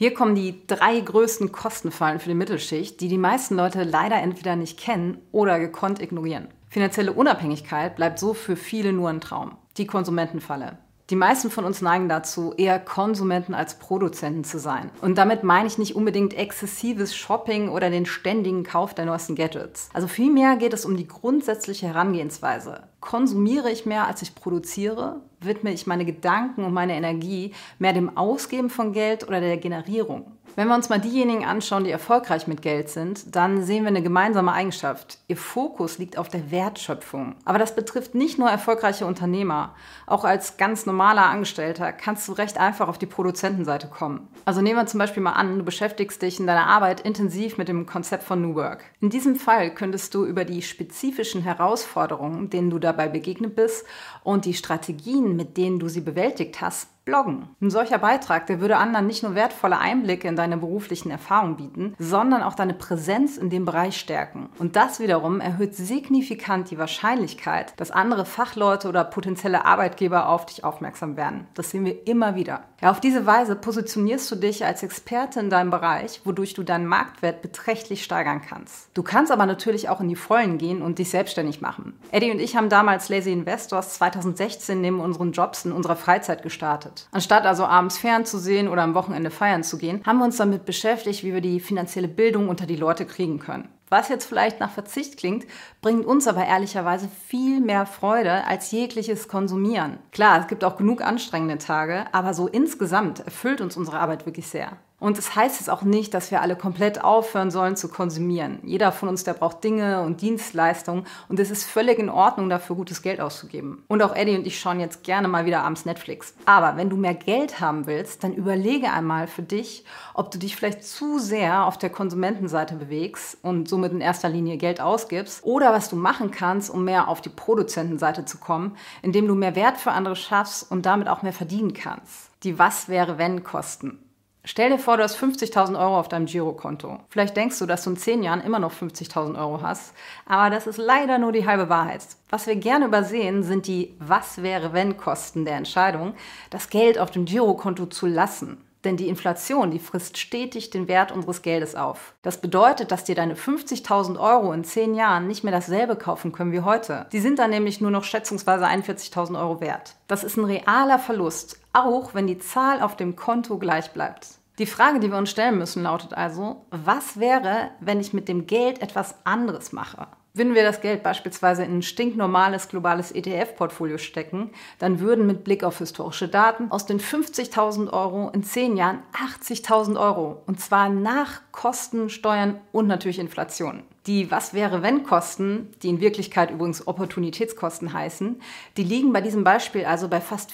Hier kommen die 3 größten Kostenfallen für die Mittelschicht, die die meisten Leute leider entweder nicht kennen oder gekonnt ignorieren. Finanzielle Unabhängigkeit bleibt so für viele nur ein Traum. Die Konsumentenfalle. Die meisten von uns neigen dazu, eher Konsumenten als Produzenten zu sein. Und damit meine ich nicht unbedingt exzessives Shopping oder den ständigen Kauf der neuesten Gadgets. Also vielmehr geht es um die grundsätzliche Herangehensweise. Konsumiere ich mehr, als ich produziere? Widme ich meine Gedanken und meine Energie mehr dem Ausgeben von Geld oder der Generierung? Wenn wir uns mal diejenigen anschauen, die erfolgreich mit Geld sind, dann sehen wir eine gemeinsame Eigenschaft. Ihr Fokus liegt auf der Wertschöpfung. Aber das betrifft nicht nur erfolgreiche Unternehmer. Auch als ganz normaler Angestellter kannst du recht einfach auf die Produzentenseite kommen. Also nehmen wir zum Beispiel mal an, du beschäftigst dich in deiner Arbeit intensiv mit dem Konzept von New Work. In diesem Fall könntest du über die spezifischen Herausforderungen, denen du dabei begegnet bist, und die Strategien, mit denen du sie bewältigt hast, bloggen. Ein solcher Beitrag, der würde anderen nicht nur wertvolle Einblicke in deine beruflichen Erfahrungen bieten, sondern auch deine Präsenz in dem Bereich stärken. Und das wiederum erhöht signifikant die Wahrscheinlichkeit, dass andere Fachleute oder potenzielle Arbeitgeber auf dich aufmerksam werden. Das sehen wir immer wieder. Ja, auf diese Weise positionierst du dich als Experte in deinem Bereich, wodurch du deinen Marktwert beträchtlich steigern kannst. Du kannst aber natürlich auch in die Vollen gehen und dich selbstständig machen. Eddie und ich haben damals Lazy Investors 2016 neben unseren Jobs in unserer Freizeit gestartet. Anstatt also abends fernzusehen oder am Wochenende feiern zu gehen, haben wir uns damit beschäftigt, wie wir die finanzielle Bildung unter die Leute kriegen können. Was jetzt vielleicht nach Verzicht klingt, bringt uns aber ehrlicherweise viel mehr Freude als jegliches Konsumieren. Klar, es gibt auch genug anstrengende Tage, aber so insgesamt erfüllt uns unsere Arbeit wirklich sehr. Und das heißt jetzt auch nicht, dass wir alle komplett aufhören sollen zu konsumieren. Jeder von uns, der braucht Dinge und Dienstleistungen und es ist völlig in Ordnung, dafür gutes Geld auszugeben. Und auch Eddie und ich schauen jetzt gerne mal wieder abends Netflix. Aber wenn du mehr Geld haben willst, dann überlege einmal für dich, ob du dich vielleicht zu sehr auf der Konsumentenseite bewegst und somit in erster Linie Geld ausgibst oder was du machen kannst, um mehr auf die Produzentenseite zu kommen, indem du mehr Wert für andere schaffst und damit auch mehr verdienen kannst. Die Was-wäre-wenn-Kosten. Stell dir vor, du hast 50.000 Euro auf deinem Girokonto. Vielleicht denkst du, dass du in 10 Jahren immer noch 50.000 Euro hast, aber das ist leider nur die halbe Wahrheit. Was wir gerne übersehen, sind die Was-wäre-wenn-Kosten der Entscheidung, das Geld auf dem Girokonto zu lassen. Denn die Inflation, die frisst stetig den Wert unseres Geldes auf. Das bedeutet, dass dir deine 50.000 Euro in 10 Jahren nicht mehr dasselbe kaufen können wie heute. Die sind dann nämlich nur noch schätzungsweise 41.000 Euro wert. Das ist ein realer Verlust, auch wenn die Zahl auf dem Konto gleich bleibt. Die Frage, die wir uns stellen müssen, lautet also, was wäre, wenn ich mit dem Geld etwas anderes mache? Würden wir das Geld beispielsweise in ein stinknormales globales ETF-Portfolio stecken, dann würden mit Blick auf historische Daten aus den 50.000 Euro in 10 Jahren 80.000 Euro, und zwar nach Kosten, Steuern und natürlich Inflation. Die Was-wäre-wenn-Kosten, die in Wirklichkeit übrigens Opportunitätskosten heißen, die liegen bei diesem Beispiel also bei fast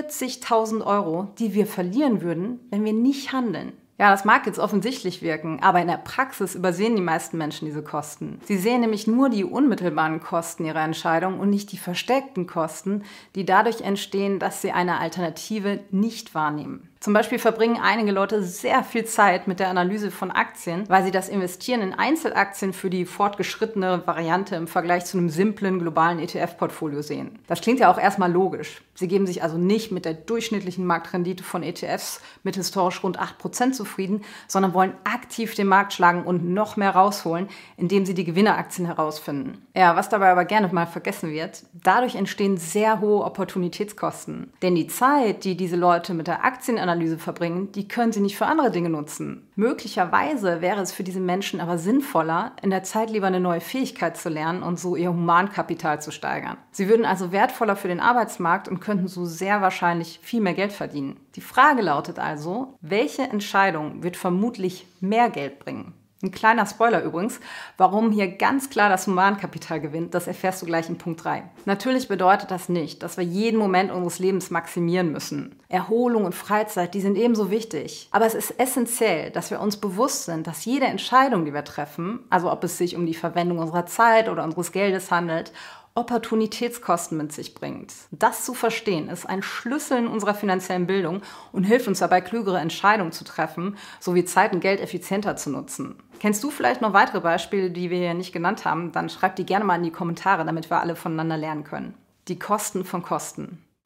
40.000 Euro, die wir verlieren würden, wenn wir nicht handeln. Ja, das mag jetzt offensichtlich wirken, aber in der Praxis übersehen die meisten Menschen diese Kosten. Sie sehen nämlich nur die unmittelbaren Kosten ihrer Entscheidung und nicht die versteckten Kosten, die dadurch entstehen, dass sie eine Alternative nicht wahrnehmen. Zum Beispiel verbringen einige Leute sehr viel Zeit mit der Analyse von Aktien, weil sie das Investieren in Einzelaktien für die fortgeschrittene Variante im Vergleich zu einem simplen globalen ETF-Portfolio sehen. Das klingt ja auch erstmal logisch. Sie geben sich also nicht mit der durchschnittlichen Marktrendite von ETFs mit historisch rund 8% zufrieden, sondern wollen aktiv den Markt schlagen und noch mehr rausholen, indem sie die Gewinneraktien herausfinden. Ja, was dabei aber gerne mal vergessen wird, dadurch entstehen sehr hohe Opportunitätskosten. Denn die Zeit, die diese Leute mit der Aktienanalyse verbringen, die können sie nicht für andere Dinge nutzen. Möglicherweise wäre es für diese Menschen aber sinnvoller, in der Zeit lieber eine neue Fähigkeit zu lernen und so ihr Humankapital zu steigern. Sie würden also wertvoller für den Arbeitsmarkt und könnten so sehr wahrscheinlich viel mehr Geld verdienen. Die Frage lautet also, welche Entscheidung wird vermutlich mehr Geld bringen? Ein kleiner Spoiler übrigens, warum hier ganz klar das Humankapital gewinnt, das erfährst du gleich in Punkt 3. Natürlich bedeutet das nicht, dass wir jeden Moment unseres Lebens maximieren müssen. Erholung und Freizeit, die sind ebenso wichtig. Aber es ist essentiell, dass wir uns bewusst sind, dass jede Entscheidung, die wir treffen, also ob es sich um die Verwendung unserer Zeit oder unseres Geldes handelt, Opportunitätskosten mit sich bringt. Das zu verstehen, ist ein Schlüssel in unserer finanziellen Bildung und hilft uns dabei, klügere Entscheidungen zu treffen, sowie Zeit und Geld effizienter zu nutzen. Kennst du vielleicht noch weitere Beispiele, die wir hier nicht genannt haben? Dann schreib die gerne mal in die Kommentare, damit wir alle voneinander lernen können. Die Kosten von Kosten.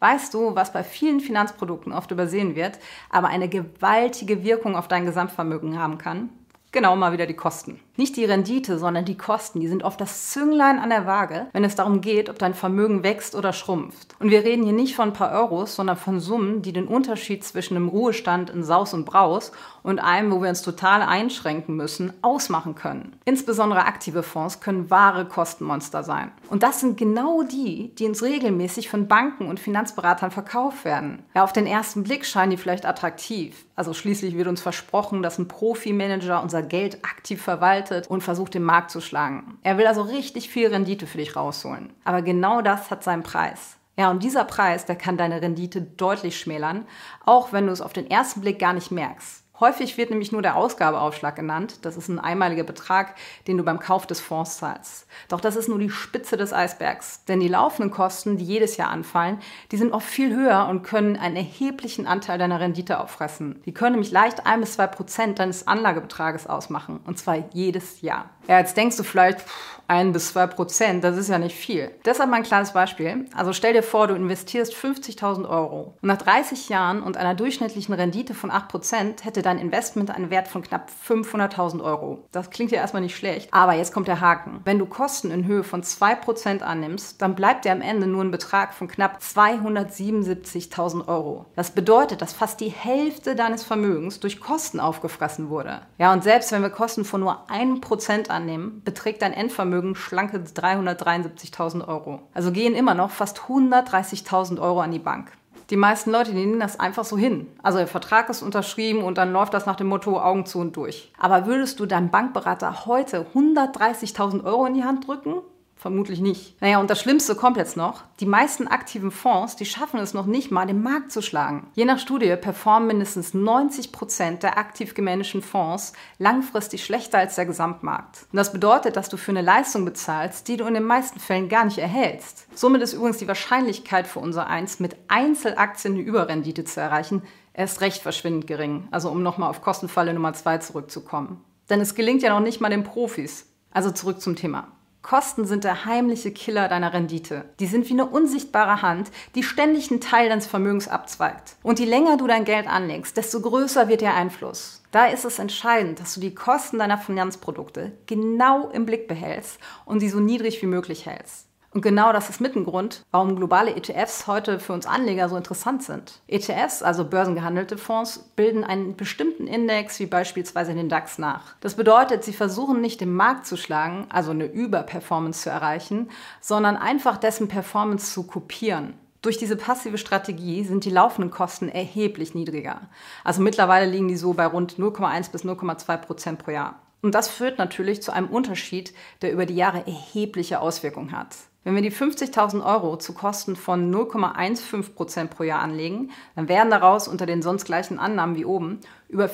Weißt du, was bei vielen Finanzprodukten oft übersehen wird, aber eine gewaltige Wirkung auf dein Gesamtvermögen haben kann? Genau, mal wieder die Kosten. Nicht die Rendite, sondern die Kosten, die sind oft das Zünglein an der Waage, wenn es darum geht, ob dein Vermögen wächst oder schrumpft. Und wir reden hier nicht von ein paar Euros, sondern von Summen, die den Unterschied zwischen einem Ruhestand in Saus und Braus und einem, wo wir uns total einschränken müssen, ausmachen können. Insbesondere aktive Fonds können wahre Kostenmonster sein. Und das sind genau die, die uns regelmäßig von Banken und Finanzberatern verkauft werden. Ja, auf den ersten Blick scheinen die vielleicht attraktiv. Also schließlich wird uns versprochen, dass ein Profimanager unser Geld aktiv verwaltet und versucht, den Markt zu schlagen. Er will also richtig viel Rendite für dich rausholen. Aber genau das hat seinen Preis. Ja, und dieser Preis, der kann deine Rendite deutlich schmälern, auch wenn du es auf den ersten Blick gar nicht merkst. Häufig wird nämlich nur der Ausgabeaufschlag genannt. Das ist ein einmaliger Betrag, den du beim Kauf des Fonds zahlst. Doch das ist nur die Spitze des Eisbergs. Denn die laufenden Kosten, die jedes Jahr anfallen, die sind oft viel höher und können einen erheblichen Anteil deiner Rendite auffressen. Die können nämlich leicht 1-2% deines Anlagebetrages ausmachen. Und zwar jedes Jahr. Ja, jetzt denkst du vielleicht, 1-2%, das ist ja nicht viel. Deshalb mal ein kleines Beispiel. Also stell dir vor, du investierst 50.000 Euro. Und nach 30 Jahren und einer durchschnittlichen Rendite von 8% hätte dein Investment einen Wert von knapp 500.000 Euro. Das klingt ja erstmal nicht schlecht, aber jetzt kommt der Haken. Wenn du Kosten in Höhe von 2% annimmst, dann bleibt dir am Ende nur ein Betrag von knapp 277.000 Euro. Das bedeutet, dass fast die Hälfte deines Vermögens durch Kosten aufgefressen wurde. Ja, und selbst wenn wir Kosten von nur 1% annehmen, beträgt dein Endvermögen schlanke 373.000 Euro. Also gehen immer noch fast 130.000 Euro an die Bank. Die meisten Leute, die nehmen das einfach so hin. Also der Vertrag ist unterschrieben und dann läuft das nach dem Motto Augen zu und durch. Aber würdest du deinem Bankberater heute 130.000 Euro in die Hand drücken? Vermutlich nicht. Naja, und das Schlimmste kommt jetzt noch. Die meisten aktiven Fonds, die schaffen es noch nicht mal, den Markt zu schlagen. Je nach Studie performen mindestens 90% der aktiv gemanagten Fonds langfristig schlechter als der Gesamtmarkt. Und das bedeutet, dass du für eine Leistung bezahlst, die du in den meisten Fällen gar nicht erhältst. Somit ist übrigens die Wahrscheinlichkeit für unser Eins, mit Einzelaktien eine Überrendite zu erreichen, erst recht verschwindend gering. Also um nochmal auf Kostenfalle Nummer 2 zurückzukommen. Denn es gelingt ja noch nicht mal den Profis. Also zurück zum Thema. Kosten sind der heimliche Killer deiner Rendite. Die sind wie eine unsichtbare Hand, die ständig einen Teil deines Vermögens abzweigt. Und je länger du dein Geld anlegst, desto größer wird der Einfluss. Da ist es entscheidend, dass du die Kosten deiner Finanzprodukte genau im Blick behältst und sie so niedrig wie möglich hältst. Und genau das ist mit ein Grund, warum globale ETFs heute für uns Anleger so interessant sind. ETFs, also börsengehandelte Fonds, bilden einen bestimmten Index, wie beispielsweise den DAX, nach. Das bedeutet, sie versuchen nicht den Markt zu schlagen, also eine Überperformance zu erreichen, sondern einfach dessen Performance zu kopieren. Durch diese passive Strategie sind die laufenden Kosten erheblich niedriger. Also mittlerweile liegen die so bei rund 0,1 bis 0,2% pro Jahr. Und das führt natürlich zu einem Unterschied, der über die Jahre erhebliche Auswirkungen hat. Wenn wir die 50.000 Euro zu Kosten von 0,15% pro Jahr anlegen, dann werden daraus unter den sonst gleichen Annahmen wie oben über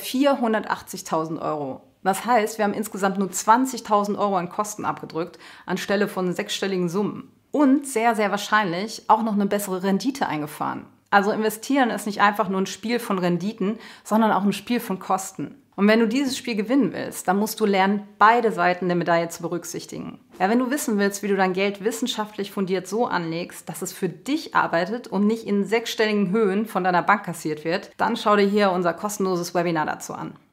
480.000 Euro. Das heißt, wir haben insgesamt nur 20.000 Euro an Kosten abgedrückt, anstelle von sechsstelligen Summen. Und sehr, sehr wahrscheinlich auch noch eine bessere Rendite eingefahren. Also investieren ist nicht einfach nur ein Spiel von Renditen, sondern auch ein Spiel von Kosten. Und wenn du dieses Spiel gewinnen willst, dann musst du lernen, beide Seiten der Medaille zu berücksichtigen. Ja, wenn du wissen willst, wie du dein Geld wissenschaftlich fundiert so anlegst, dass es für dich arbeitet und nicht in sechsstelligen Höhen von deiner Bank kassiert wird, dann schau dir hier unser kostenloses Webinar dazu an.